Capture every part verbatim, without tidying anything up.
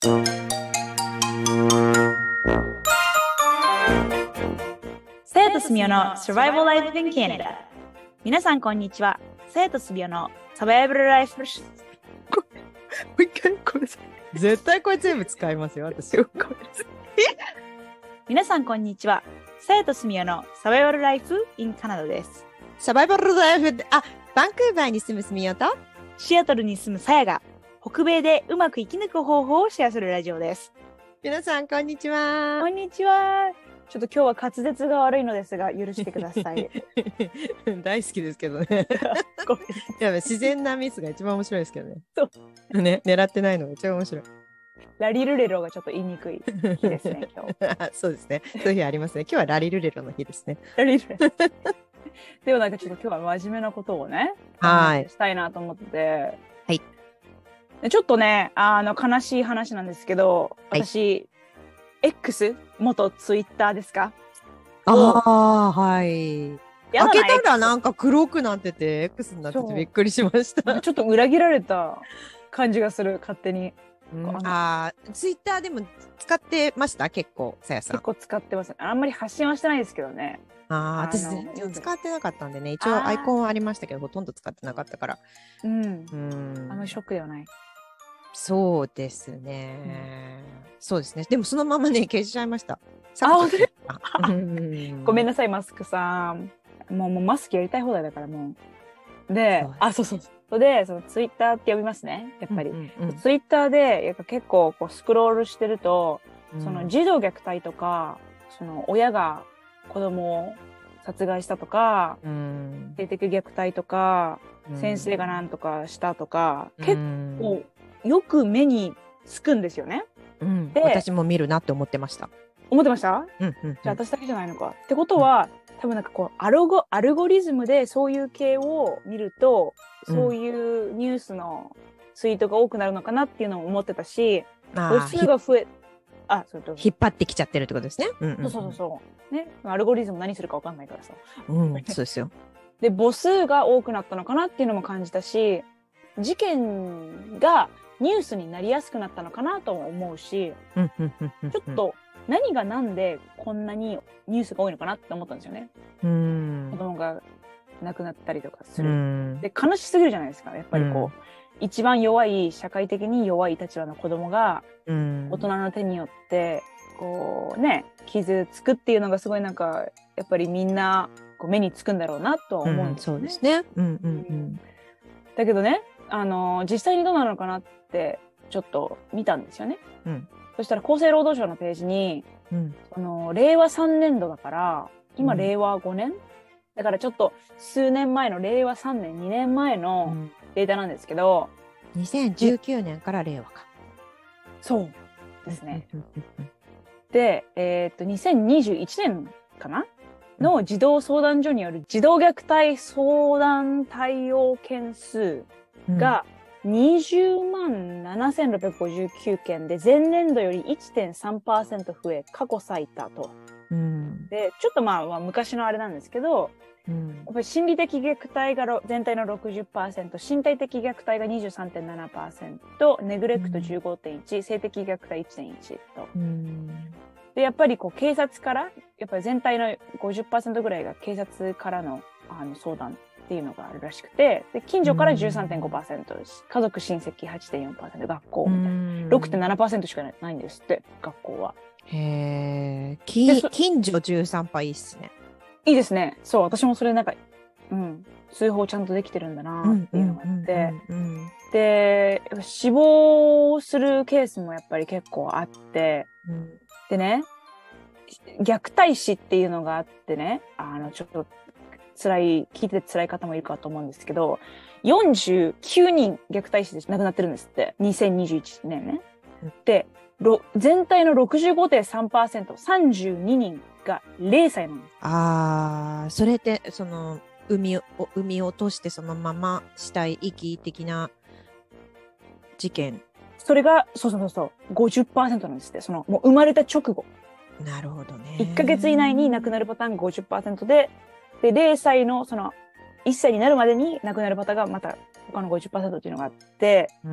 さやとすみおの Survival Life in Canada。 皆さんこんにちは。さやとすみおのサバイバルライフ。 もう一回これ絶対これ全部使いますよ私。 皆さんこんにちは。さやとすみおのサバイバルライフ in Canada です。 サバイバルライフで、あ、バンクーバーに住むすみおとシアトルに住むさやが北米でうまく生き抜く方法をシェアするラジオです。 皆さんこんにちは。 こんにちは。ちょっと今日は滑舌が悪いのですが許してください。 大好きですけどね。 ごめんやばい、自然なミスが一番面白いですけどね。 そうね、狙ってないのが一番面白い。 ラリルレロがちょっと言いにくい日ですね今日。 そうですね。そういう日ありますね。今日はラリルレロの日ですね。 ラリルレロでもなんかちょっと今日は真面目なことをね、 はいしたいなと思ってて、 はい。 でちょっとね、あの悲しい話なんですけど、私、はい、X 元ツイッターですか？ ああ、はい。開けたらなんか黒くなってて X になっててびっくりしました。 ちょっと裏切られた感じがする、勝手に。 うん、ああ、ツイッターでも使ってました結構、さやさん。 結構使ってます。あんまり発信はしてないですけどね。 ああ、私全然使ってなかったんでね。一応アイコンはありましたけど、ほとんど使ってなかったから。 うん。 うん。 あんまりショックではない。 そうですね、うん。そうですね。でもそのままね、消しちゃいました。 あ、ごめんななさい、マスクさん。もう、もうマスクやりたい放題だからもう。で、あ、そうそうそう。で、そのツイッターって呼びますね。やっぱり。うんうんうん、ツイッターでやっぱ結構こうスクロールしてると、うん、その児童虐待とか、その親が子供を殺害したとか、うん、性的虐待とか、うん、先生が何とかしたとか、うん、結構よく目につくんですよね。 うん、で私も見るなって思ってました。 思ってました？ うんうんうん、 じゃあ私だけじゃないのか。ってことは、うん、多分なんかこうアルゴ、アルゴリズムでそういう系を見ると、そういうニュースのツイートが多くなるのかなっていうのを思ってたし、母数が増え、あ、そうそう引っ張ってきちゃってるってことですね。うんうん、 そうそうそうね。アルゴリズム何するか分かんないからさ。 うん、そうですよ。 で、母数が多くなったのかなっていうのも感じたし、事件がニュースになりやすくなったのかなとも思うし、ちょっと何がなんでこんなにニュースが多いのかなって思ったんですよね。うん子供が亡くなったりとかする。で、悲しすぎるじゃないですか。やっぱりこう、うん、一番弱い、社会的に弱い立場の子供が、大人の手によって、こうね、傷つくっていうのがすごいなんか、やっぱりみんなこう目につくんだろうなとは思うんですよね。 うん、そうですね。うんうんうん。 だけどね、あの実際にどうなのかなってちょっと見たんですよね。うん、そしたら厚生労働省のページに、うん、あの令和さんねんどだから今令和ごねん、うん、だからちょっと数年前の令和さんねんにねんまえのデータなんですけど、 うん、にせんじゅうきゅうねんから令和か。 そうですね。で、えー、っとにせんにじゅういちねんかなの児童相談所による児童虐待相談対応件数がにじゅうまんななせんろっぴゃくごじゅうきゅうけんで前年度より いってんさんパーセント 増え過去最多と、うん、でちょっとまあ、まあ、昔のあれなんですけど、うん、やっぱり心理的虐待が全体の ろくじゅっパーセント、 身体的虐待が にじゅうさんてんななパーセント、 ネグレクト じゅうごてんいち、うん、性的虐待 いってんいち と、うん、でやっぱりこう警察からやっぱり全体の ごじゅっパーセント ぐらいが警察からの、あの相談っていうのがあるらしくて、で近所から じゅうさんてんごパーセント、うん、家族親戚 はちてんよんパーセント、 学校みたいな、うん、ろくてんななパーセント しかないんですって学校は。 へえ、近所 じゅうさんパーセント いいっすね。 いいですね。そう、私もそれなんか、うん、通報ちゃんとできてるんだなっていうのがあって、で死亡するケースもやっぱり結構あって、うん、でね、虐待死っていうのがあってね、あのちょっと辛い、聞いてて辛い方もいるかと思うんですけど、よんじゅうきゅうにん虐待死で亡くなってるんですって、にせんにじゅういちねんね。で、全体の ろくじゅうごてんさんパーセント、さんじゅうににんがれいさいなんです。 ああ、それってその産みを産み落としてそのまま死体遺棄的な事件。 それがそうそうそうそう ごじゅっパーセント なんですって。そのもう生まれた直後。 なるほどね。 いっかげつ以内に亡くなるパターンが ごじゅっパーセント で、でれいさいのそのいっさいになるまでに亡くなるパターンがまた他の ごじゅっパーセント っていうのがあって、 うん、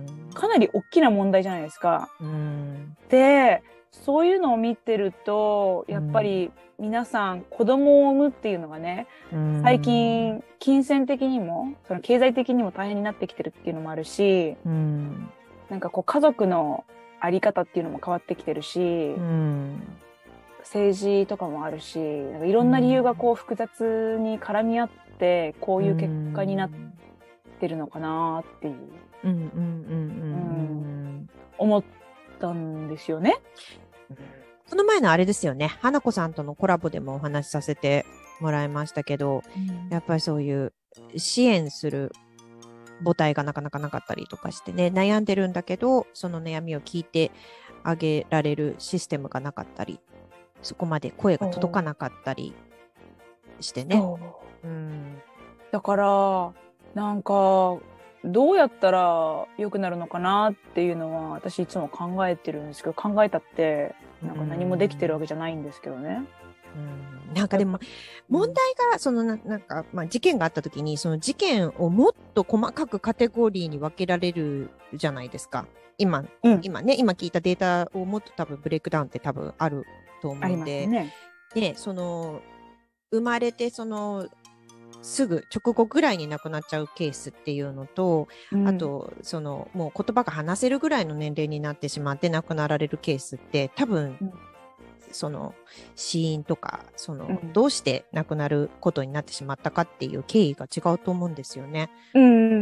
かなり大きな問題じゃないですか。 うん、 で、そういうのを見てるとやっぱり皆さん子供を産むっていうのがね、 うん、 最近金銭的にもその経済的にも大変になってきてるっていうのもあるし、 うん、 なんかこう家族のあり方っていうのも変わってきてるし、 うん、 政治とかもあるし、なんかいろんな理由がこう複雑に絡み合ってこういう結果になってるのかなっていう、 うん、うん、うん、うん、 思ったんですよね。 この前のあれですよね、花子さんとのコラボでもお話しさせてもらいましたけど、うん、やっぱりそういう支援する母体がなかなかなかったりとかしてね、悩んでるんだけど、その悩みを聞いてあげられるシステムがなかったり、そこまで声が届かなかったりしてね。 うん、だからなんかどうやったら良くなるのかなっていうのは私いつも考えてるんですけど、考えたってなんか何もできてるわけじゃないんですけどね。 うん、なんかでも問題がそのななんか、まあ、事件があった時にその事件をもっと細かくカテゴリーに分けられるじゃないですか。今、うん、今ね今聞いたデータをもっと多分ブレイクダウンって多分あると思うんで、ね、でその生まれてそのすぐ直後ぐらいに亡くなっちゃうケースっていうのと、うん、あとそのもう言葉が話せるぐらいの年齢になってしまって亡くなられるケースって多分、うん、その死因とかその、うん、どうして亡くなることになってしまったかっていう経緯が違うと思うんですよね。 うん、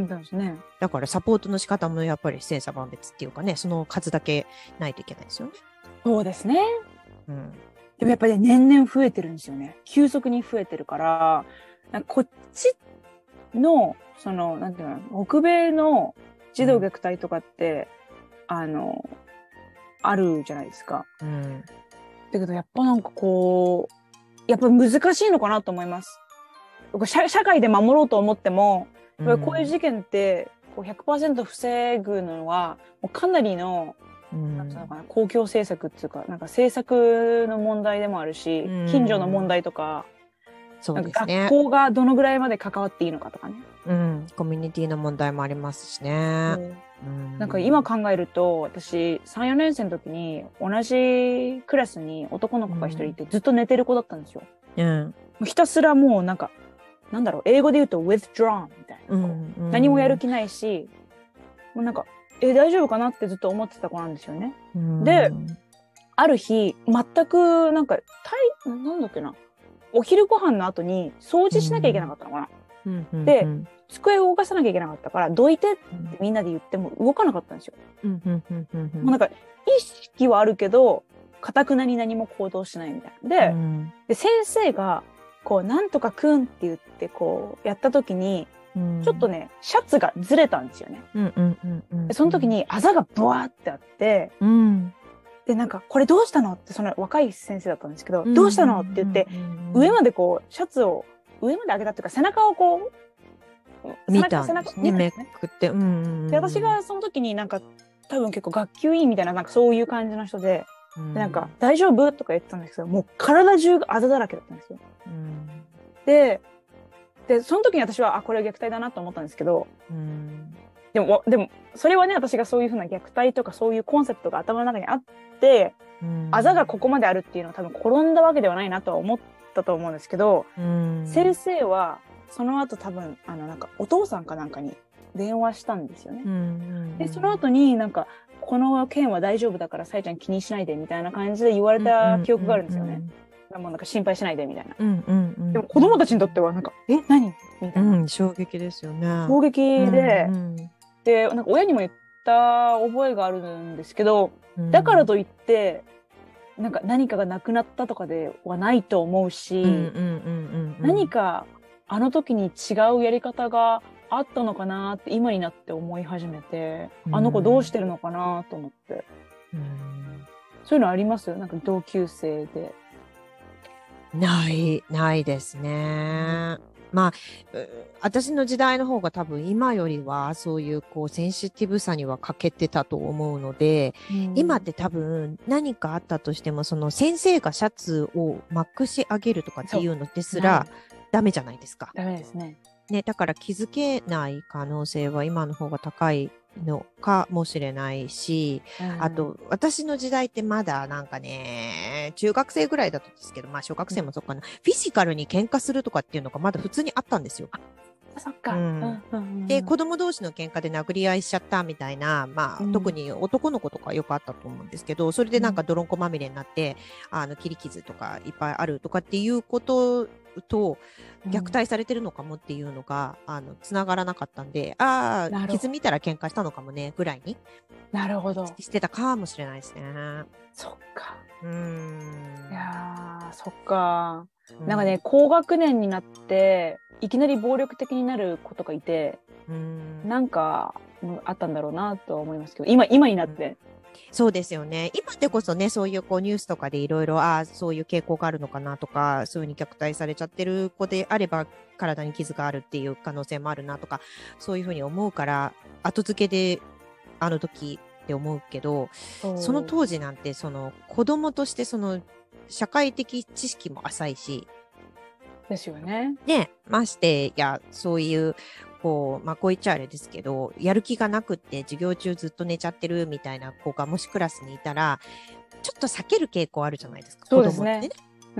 そうですね。 だからサポートの仕方もやっぱり千差万別っていうかね、その数だけないといけないですよね。 そうですね。うん、でもやっぱり年々増えてるんですよね。急速に増えてるから。なんかこっちのそのなんていうの、北米の児童虐待とかって、うん、あのあるじゃないですか。うん、だけどやっぱなんかこうやっぱ難しいのかなと思います。社, 社会で守ろうと思ってもやっぱりこういう事件ってこう ひゃくパーセント 防ぐのはもうかなりの、うん、なんていうのかな、公共政策っていうかなんか政策の問題でもあるし、うん、近所の問題とか。 そうですね、 学校がどのぐらいまで関わっていいのかとかね、 うん、コミュニティの問題もありますしね、 うん、なんか今考えると私 さん,よ 年生の時に同じクラスに男の子が一人いて、うん、ずっと寝てる子だったんですよ、うん、もうひたすらもうなんかなんだろう英語で言うと withdrawn みたいな、うんうん、何もやる気ないしもうなんかえ大丈夫かなってずっと思ってた子なんですよね、うん、である日全くなんかなんだっけなお昼ご飯の後に掃除しなきゃいけなかったのかな、うんうんうん、で机を動かさなきゃいけなかったからどいてってみんなで言っても動かなかったんですよ、うんうんうんうん、もうなんか意識はあるけど頑なに何も行動しないみたいな で,、うん、で先生がこうなんとかくんって言ってこうやった時に、うん、ちょっとねシャツがずれたんですよね、うんうんうんうん、でその時にあざがブワーってあって、うんでなんかこれどうしたのってその若い先生だったんですけど、うん、どうしたのって言って、うん、上までこうシャツを上まで上げたっていうか背中をこう見たんですね、めくって、うんうん、 で私がその時になんか多分結構学級委員みたいななんかそういう感じの人で、うん、でなんか大丈夫とか言ってたんですけどもう体中があざだらけだったんですよ、うん、ででその時に私はあこれは虐待だなと思ったんですけど、うんでも、でもそれはね私がそういうふうな虐待とかそういうコンセプトが頭の中にあってあざがここまであるっていうのは多分転んだわけではないなとは思ったと思うんですけど先生はその後多分あのなんかお父さんかなんかに電話したんですよね。でその後になんかこの件は大丈夫だからさえちゃん気にしないでみたいな感じで言われた記憶があるんですよね。もうなんか心配しないでみたいな、うんうんうん、でも子供たちにとってはなんかえ何みたいな、 うん、衝撃ですよね。 衝撃で、うんうんでなんか親にも言った覚えがあるんですけど、うん、だからといってなんか何かがなくなったとかではないと思うし、何かあの時に違うやり方があったのかなって今になって思い始めて、うん、あの子どうしてるのかなと思って、うん、そういうのありますなんか同級生で。 ないないですね。まあ、私の時代の方が多分今よりはそういうこうセンシティブさには欠けてたと思うので、うん、今って多分何かあったとしてもその先生がシャツをまくし上げるとかっていうのですらダメじゃないですか。 ダメですね。 ね、だから気づけない可能性は今の方が高いのかもしれないし、うん、あと、私の時代ってまだなんかね、中学生ぐらいだったんですけど、まあ小学生もそっかな、うん、フィジカルに喧嘩するとかっていうのがまだ普通にあったんですよ。 そっか。 うんうんうん、で、子供同士の喧嘩で殴り合いしちゃったみたいな、まあ、うん、特に男の子とかよくあったと思うんですけど、それでなんか泥んこまみれになって、うん、あの、切り傷とかいっぱいあるとかっていうことと、虐待されてるのかもっていうのが、うん、あの、つながらなかったんで、ああ、傷見たら喧嘩したのかもね、ぐらいに。 なるほど。 してたかもしれないですね。 そっか。 うーん。 いやー、そっか。うん、なんかね、高学年になって、いきなり暴力的になる子とかいて、うん、なんかあったんだろうなとは思いますけど、今、今になって。 そうですよね。今でこそね、そういうこうニュースとかでいろいろ、ああ、そういう傾向があるのかなとか、そういうふうに虐待されちゃってる子であれば、体に傷があるっていう可能性もあるなとか、そういうふうに思うから、後付けであの時って思うけど、その当時なんて、その子供としてその社会的知識も浅いし、 ですよね。 ね、ましてや、そういう、こう、まあ、こう言っちゃあれですけど、やる気がなくって授業中ずっと寝ちゃってるみたいな子がもしクラスにいたら、ちょっと避ける傾向あるじゃないですか、 そうですね。 子供ってね。 うん、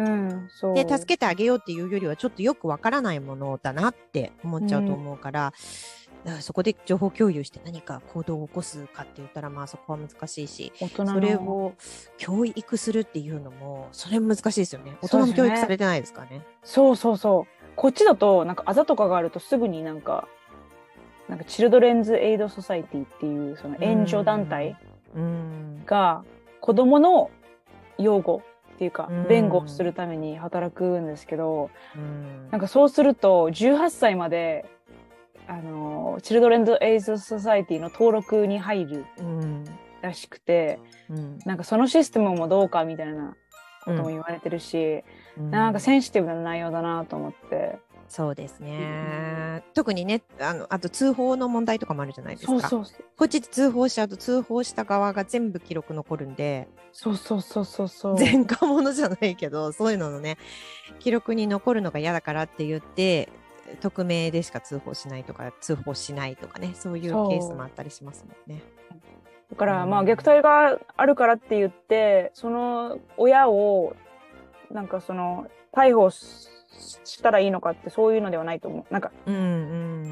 そう。 で、助けてあげようっていうよりは、ちょっとよくわからないものだなって思っちゃうと思うから、うん、からそこで情報共有して何か行動を起こすかって言ったら、まあそこは難しいし、それを教育するっていうのも、それ難しいですよね。大人も教育されてないですからね。 そうそうそう。こっちだと、なんかあざとかがあるとすぐになんか、なんかチルドレンズ・エイド・ソサイティっていう、その援助団体が子供の養護っていうか、弁護をするために働くんですけど、なんかそうすると、じゅうはっさいまで、あの、チルドレンズ・エイド・ソサイティの登録に入るらしくて、なんかそのシステムもどうかみたいなことも言われてるし、うん、なんかセンシティブな内容だなと思って。 そうですね、うん、特にね、あのあと通報の問題とかもあるじゃないですか。 そうそうそう、 こっちで通報しちゃうと通報した側が全部記録残るんで、 そうそうそうそうそう、 前科者じゃないけどそういうののね記録に残るのが嫌だからって言って匿名でしか通報しないとか通報しないとかね、そういうケースもあったりしますもんね。 だからまあ虐待があるからって言ってその親をなんかその逮捕したらいいのかってそういうのではないと思う。なんか、うんうん、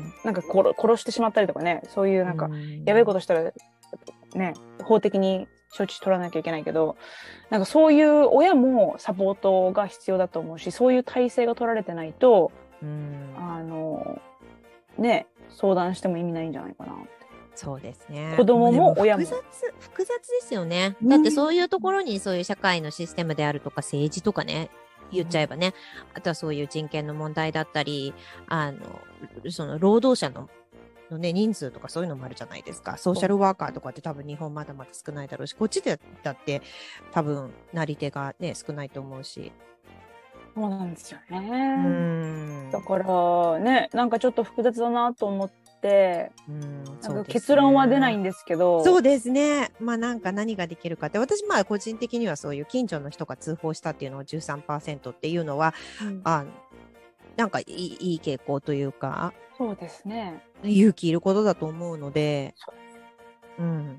なんか殺、殺してしまったりとかね、そういうなんか、やべえことしたらね、法的に処置取らなきゃいけないけど、なんかそういう親もサポートが必要だと思うし、そういう体制が取られてないと、うん、あのね、相談しても意味ないんじゃないかなって。 そうですね。 子供も親も複雑、複雑ですよね。だってそういうところにそういう社会のシステムであるとか政治とかね、言っちゃえばね、あとはそういう人権の問題だったり、あの、その労働者ののね、人数とかそういうのもあるじゃないですか。ソーシャルワーカーとかって多分日本まだまだ少ないだろうし、こっちでだって多分なり手がね、少ないと思うし。 そうなんですよね。うんだからね、なんかちょっと複雑だなと思って、うんなんか結論は出ないんですけど。 そうですね。まあなんか何ができるかって、私まあ個人的にはそういう近所の人が通報したっていうのは じゅうさんパーセント っていうのは、うん、あなんかいい、いい傾向というか、 そうですね。 勇気いることだと思うので、 うん、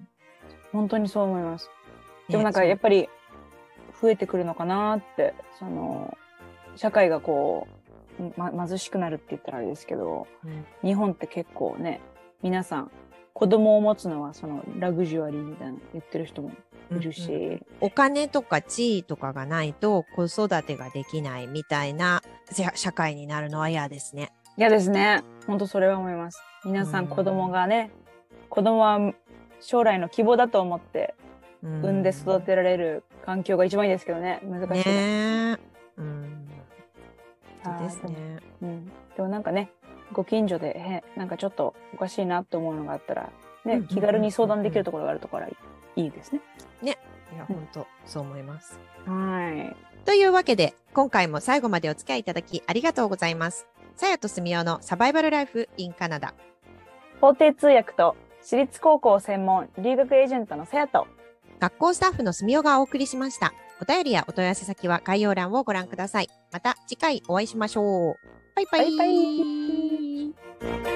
本当にそう思います。でもなんかやっぱり増えてくるのかなって、その社会がこう、ま、貧しくなるって言ったらあれですけど、うん、日本って結構ね、皆さん子供を持つのはそのラグジュアリーみたいな言ってる人もいるし、うんうん、 お金とか地位とかがないと子育てができないみたいな社会になるのは嫌ですね。 嫌ですね。本当それは思います。皆さん子供がね、うん、子供は将来の希望だと思って産んで育てられる環境が一番いいですけどね、難しいですね。うんそうですね。 うん。でもなんかね、ご近所でへなんかちょっとおかしいなって思うのがあったら、ね、気軽に相談できるところがあるところはいいですね。 ね。いや、うん、本当そう思います。 はい。 というわけで、今回も最後までお付き合いいただきありがとうございます。さやとすみおのサバイバルライフ in カナダ。 法廷通訳と私立高校専門留学エージェントのさやと学校スタッフのすみおがお送りしました。お便りやお問い合わせ先は概要欄をご覧ください。また次回お会いしましょう。バイバイ。 バイバイ。 す。